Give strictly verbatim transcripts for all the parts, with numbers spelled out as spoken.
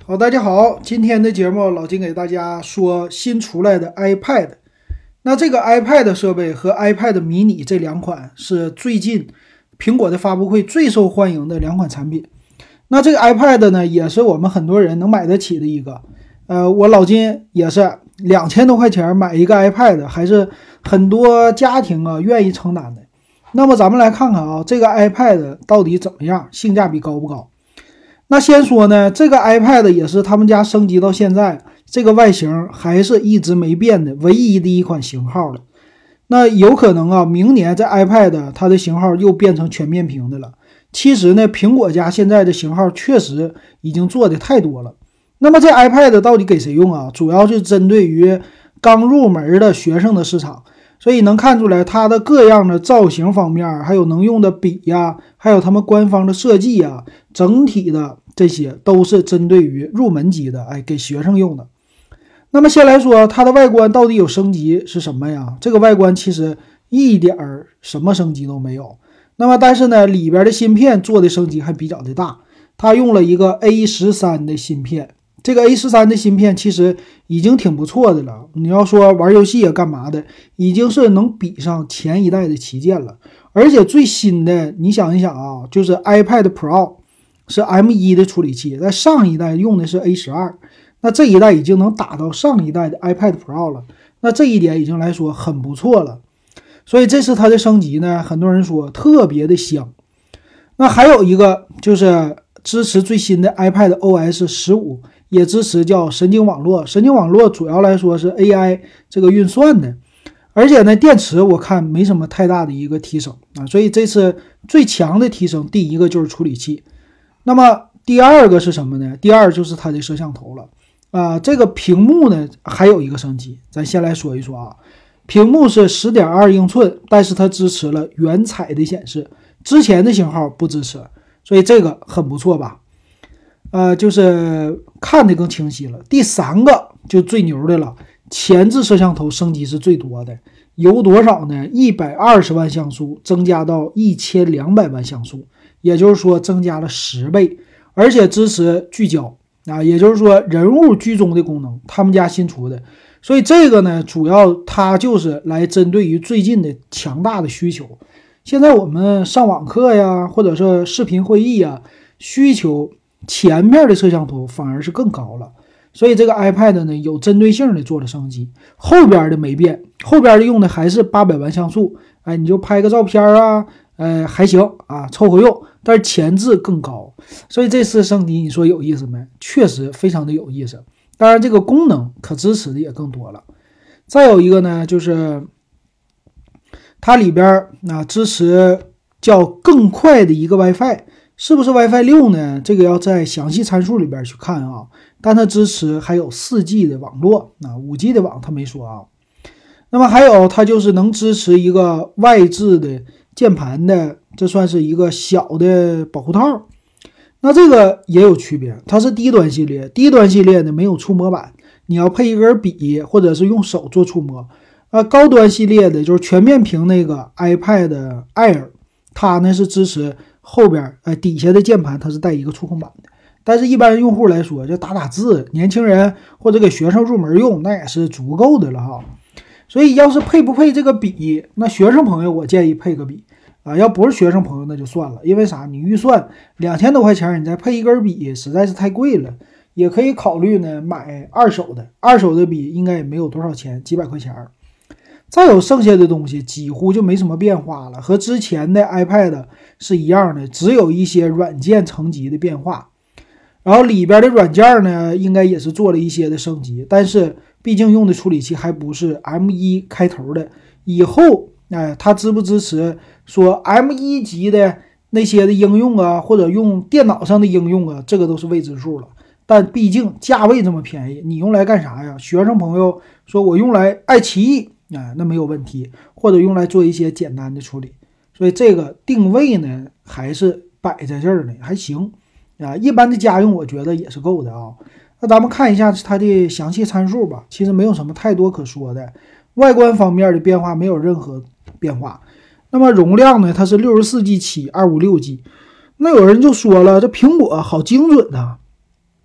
好，大家好，今天的节目老金给大家说新出来的 iPad。那这个 iPad 设备和 iPad mini 这两款是最近苹果的发布会最受欢迎的两款产品。那这个 iPad 呢，也是我们很多人能买得起的一个。呃，我老金也是两千多块钱买一个 iPad， 还是很多家庭啊愿意承担的。那么咱们来看看啊，这个 iPad 到底怎么样，性价比高不高？那先说呢，这个 iPad 也是他们家升级到现在，这个外形还是一直没变的唯一的一款型号了。那有可能啊，明年这 iPad 它的型号又变成全面屏的了。其实呢，苹果家现在的型号确实已经做的太多了。那么这 iPad 到底给谁用啊？主要是针对于刚入门的学生的市场。所以能看出来它的各样的造型方面，还有能用的笔呀，还有他们官方的设计呀，整体的这些都是针对于入门级的，哎，给学生用的。那么先来说它的外观到底有升级是什么呀？这个外观其实一点儿什么升级都没有。那么但是呢，里边的芯片做的升级还比较的大，它用了一个 A 十三 的芯片。这个 A 十三 的芯片其实已经挺不错的了，你要说玩游戏啊干嘛的，已经是能比上前一代的旗舰了。而且最新的你想一想啊，就是 iPad Pro 是 M 一 的处理器，在上一代用的是 A 十二， 那这一代已经能打到上一代的 iPad Pro 了，那这一点已经来说很不错了。所以这次它的升级呢，很多人说特别的香。那还有一个就是支持最新的 iPad O S 十五，也支持叫神经网络，神经网络主要来说是 A I 这个运算的，而且呢，电池我看没什么太大的一个提升啊，所以这次最强的提升，第一个就是处理器，那么第二个是什么呢？第二就是它的摄像头了啊，这个屏幕呢还有一个升级，咱先来说一说啊，屏幕是 十点二英寸，但是它支持了原彩的显示，之前的型号不支持，所以这个很不错吧。呃，就是看得更清晰了。第三个就最牛的了，前置摄像头升级是最多的，有多少呢？一百二十万像素增加到一千两百万像素，也就是说增加了十倍，而且支持聚焦啊，也就是说人物居中的功能，他们家新出的。所以这个呢，主要它就是来针对于最近的强大的需求。现在我们上网课呀，或者是视频会议呀，需求前面的摄像头反而是更高了，所以这个 iPad 呢有针对性的做了升级，后边的没变，后边的用的还是八百万像素，哎，你就拍个照片啊，呃还行啊，凑合用，但是前置更高，所以这次升级你说有意思没？确实非常的有意思，当然这个功能可支持的也更多了。再有一个呢，就是它里边啊支持叫更快的一个 WiFi。是不是 WiFi 六呢？这个要在详细参数里边去看啊。但它支持还有 四 G 的网络啊 ，五 G 的网它没说啊。那么还有它就是能支持一个外置的键盘的，这算是一个小的保护套。那这个也有区别，它是低端系列，低端系列呢没有触摸板，你要配一根笔或者是用手做触摸。啊，高端系列的就是全面屏那个 iPad Air， 它呢是支持后边呃底下的键盘它是带一个触控板的，但是一般用户来说就打打字，年轻人或者给学生入门用那也是足够的了哈。所以要是配不配这个笔，那学生朋友我建议配个笔啊，要不是学生朋友那就算了，因为啥？你预算两千多块钱，你再配一根笔实在是太贵了，也可以考虑呢买二手的，二手的笔应该也没有多少钱，几百块钱。再有剩下的东西几乎就没什么变化了，和之前的 iPad 是一样的，只有一些软件层级的变化。然后里边的软件呢，应该也是做了一些的升级，但是毕竟用的处理器还不是 M 一 开头的，以后哎，它支不支持说 M 一 级的那些的应用啊，或者用电脑上的应用啊，这个都是未知数了。但毕竟价位这么便宜，你用来干啥呀？学生朋友说我用来爱奇艺啊，那没有问题，或者用来做一些简单的处理，所以这个定位呢还是摆在这儿呢，还行啊。一般的家用我觉得也是够的啊。那咱们看一下它的详细参数吧，其实没有什么太多可说的，外观方面的变化没有任何变化。那么容量呢，它是 六十四 G 起 二五六 G， 那有人就说了，这苹果好精准啊，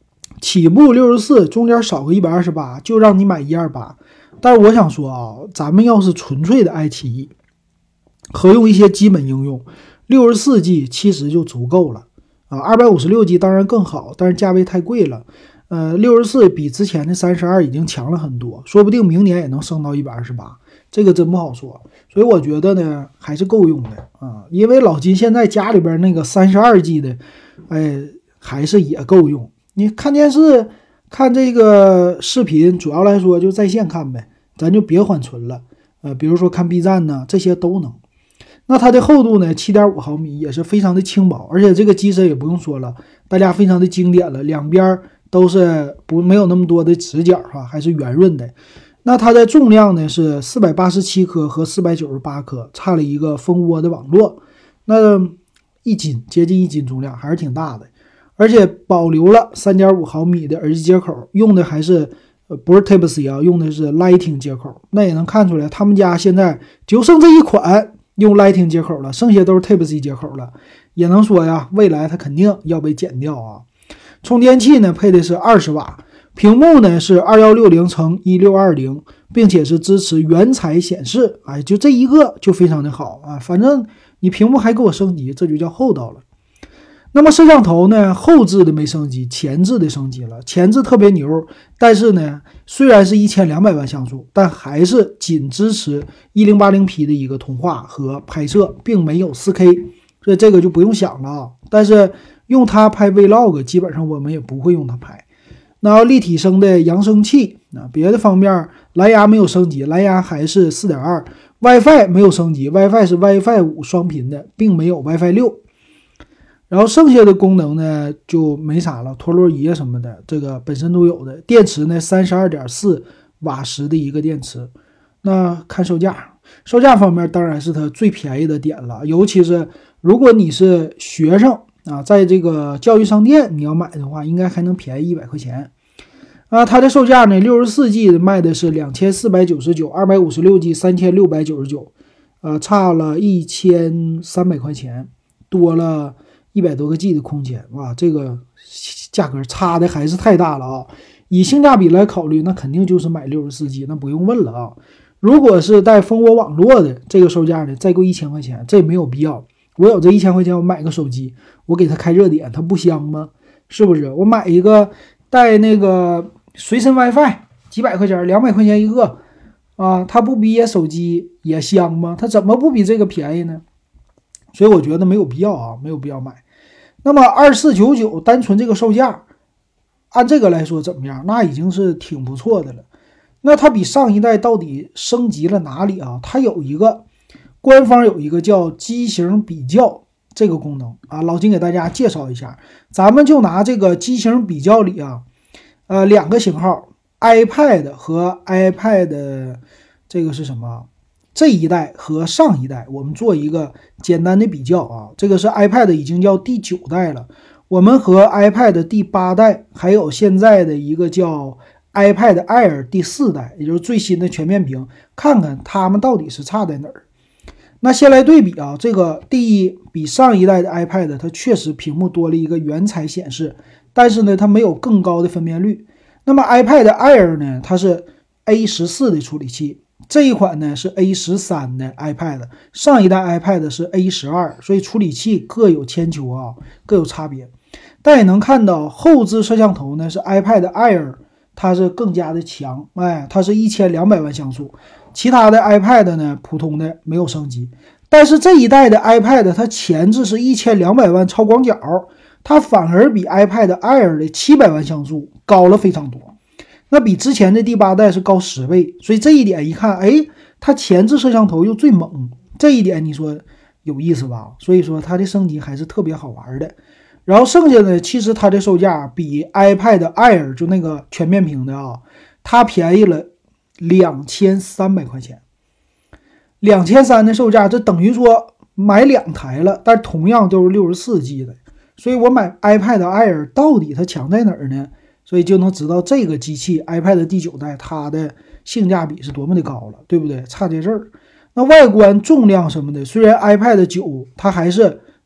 起步六十四，中间少个一百二十八，就让你买一二八。但是我想说啊，咱们要是纯粹的爱奇艺和用一些基本应用，六十四 G 其实就足够了啊。二百五十六 G 当然更好，但是价位太贵了。呃，六十四比之前的三十二已经强了很多，说不定明年也能升到一百二十八，这个真不好说。所以我觉得呢，还是够用的啊，因为老金现在家里边那个三十二 G 的，哎，还是也够用。你看电视、看这个视频，主要来说就在线看呗，咱就别缓存了。呃，比如说看 B 站呢，这些都能。那它的厚度呢 七点五毫米，也是非常的轻薄，而且这个机身也不用说了，大家非常的经典了，两边都是不没有那么多的直角哈，还是圆润的。那它的重量呢是四百八十七克和四百九十八克，差了一个蜂窝的网络，那一斤接近一斤重量，还是挺大的。而且保留了 三点五毫米的耳机接口，用的还是呃不是 Type C 啊，用的是 Lightning 接口。那也能看出来他们家现在就剩这一款用 Lightning 接口了，剩下都是 Type C 接口了。也能说呀，未来它肯定要被减掉啊。充电器呢配的是二十瓦，屏幕呢是二一六零乘一六二零，并且是支持原彩显示。哎，就这一个就非常的好啊，反正你屏幕还给我升级，这就叫厚道了。那么摄像头呢，后置的没升级，前置的升级了。前置特别牛，但是呢，虽然是一千两百万像素，但还是仅支持 一零八零 P 的一个通话和拍摄，并没有 四K， 所以这个就不用想了啊。但是用它拍 Vlog， 基本上我们也不会用它拍。那立体声的扬声器，那别的方面蓝牙没有升级，蓝牙还是 四点二， WiFi 没有升级， WiFi 是 WiFi 五双频的，并没有 WiFi 六。然后剩下的功能呢就没啥了，陀螺仪什么的这个本身都有的。电池呢 三十二点四瓦时的一个电池。那看售价，售价方面当然是它最便宜的点了，尤其是如果你是学生啊，在这个教育商店你要买的话，应该还能便宜一百块钱啊。它的售价呢 六十四 G 卖的是两千四百九十九， 二百五十六 G 三千六百九十九，呃差了一千三百块钱，多了一百多个 G 的空间。哇，这个价格差的还是太大了啊！以性价比来考虑，那肯定就是买 六十四 G， 那不用问了啊。如果是带蜂窝网络的，这个售价呢再贵一千块钱，这没有必要。我有这一千块钱，我买个手机，我给它开热点，它不香吗？是不是？我买一个带那个随身 WiFi， 几百块钱，两百块钱一个啊，它不比手机也香吗？它怎么不比这个便宜呢？所以我觉得没有必要啊，没有必要买。那么二四九九单纯这个售价，按这个来说怎么样？那已经是挺不错的了。那它比上一代到底升级了哪里啊？它有一个官方有一个叫机型比较这个功能啊，老金给大家介绍一下。咱们就拿这个机型比较里啊，呃，两个型号 iPad 和 iPad 这个是什么？这一代和上一代我们做一个简单的比较啊。这个是 iPad 已经叫第九代了，我们和 iPad 第八代，还有现在的一个叫 iPad Air 第四代，也就是最新的全面屏，看看它们到底是差在哪儿。那先来对比啊，这个第一，比上一代的 iPad 它确实屏幕多了一个原彩显示，但是呢它没有更高的分辨率。那么 iPad Air 呢，它是 A 十四 的处理器，这一款呢是 A 十三 的 iPad， 上一代 iPad 是 A 十二， 所以处理器各有千秋啊，各有差别。但也能看到后置摄像头呢是 iPad Air， 它是更加的强，哎，它是一千两百万像素，其他的 iPad 呢普通的没有升级。但是这一代的 iPad 它前置是一千两百万超广角，它反而比 iPad Air 的七百万像素高了非常多，那比之前的第八代是高十倍。所以这一点一看，哎，它前置摄像头又最猛，这一点你说有意思吧？所以说它的升级还是特别好玩的。然后剩下的其实它的售价比 iPad Air 就那个全面屏的啊，它便宜了两千三百块钱，两千三的售价，这等于说买两台了，但同样都是 六十四 G 的。所以我买 iPad Air 到底它强在哪儿呢？所以就能知道这个机器 iPad 第九代它的性价比是多么的高了，对不对？差在这儿。那外观重量什么的，虽然 iPad 九它还是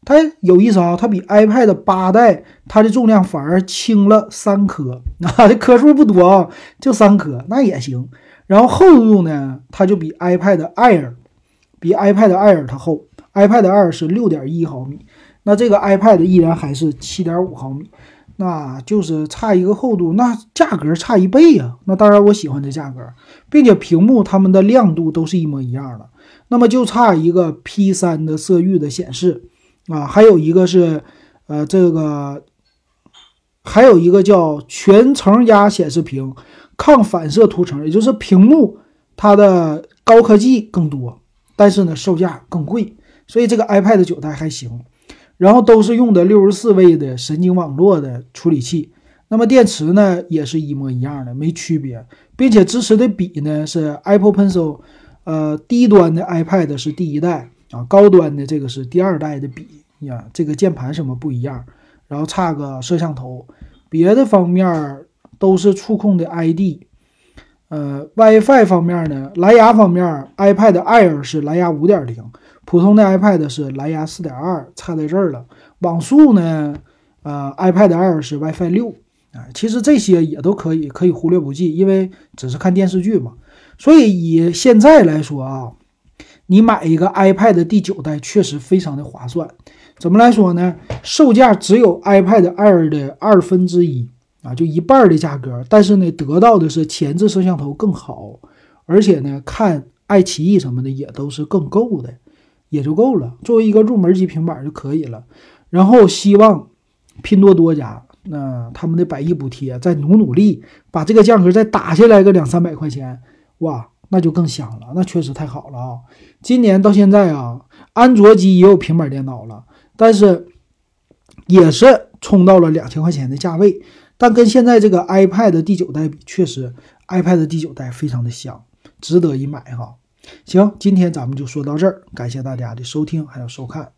它有意思啊，它比 iPad 八代它的重量反而轻了三颗啊，这颗数不多啊，就三颗，那也行。然后厚度呢，它就比 iPad Air 比 iPad Air 它厚 ，iPad Air 是 六点一毫米，那这个 iPad 依然还是 七点五毫米，那就是差一个厚度，那价格差一倍呀、啊。那当然我喜欢这价格，并且屏幕它们的亮度都是一模一样的，那么就差一个 P 三 的色域的显示啊，还有一个是呃这个还有一个叫全层压显示屏抗反射涂层，也就是屏幕它的高科技更多，但是呢售价更贵，所以这个 iPad 九代还行。然后都是用的六十四位的神经网络的处理器，那么电池呢也是一模一样的，没区别，并且支持的笔呢是 Apple Pencil， 呃，低端的 iPad 是第一代啊，高端的这个是第二代的笔呀，这个键盘什么不一样，然后差个摄像头，别的方面都是触控的 I D。呃 ，WiFi 方面呢，蓝牙方面 ，iPad Air 是蓝牙 五点零， 普通的 iPad 是蓝牙 四点二， 差在这儿了。网速呢，呃 ，iPad Air 是 WiFi 六，啊，其实这些也都可以，可以忽略不计，因为只是看电视剧嘛。所以以现在来说啊，你买一个 iPad 第九代确实非常的划算。怎么来说呢？售价只有 iPad Air 的二分之一。啊，就一半的价格，但是呢，得到的是前置摄像头更好，而且呢，看爱奇艺什么的也都是更够的，也就够了。作为一个入门级平板就可以了。然后希望拼多多家那、呃、他们的百亿补贴再努努力，把这个价格再打下来个两三百块钱，哇，那就更香了，那确实太好了啊！今年到现在啊，安卓机也有平板电脑了，但是也是冲到了两千块钱的价位。但跟现在这个 iPad 第九代比，确实 iPad 第九代非常的香，值得一买哈。行，今天咱们就说到这儿，感谢大家的收听还有收看。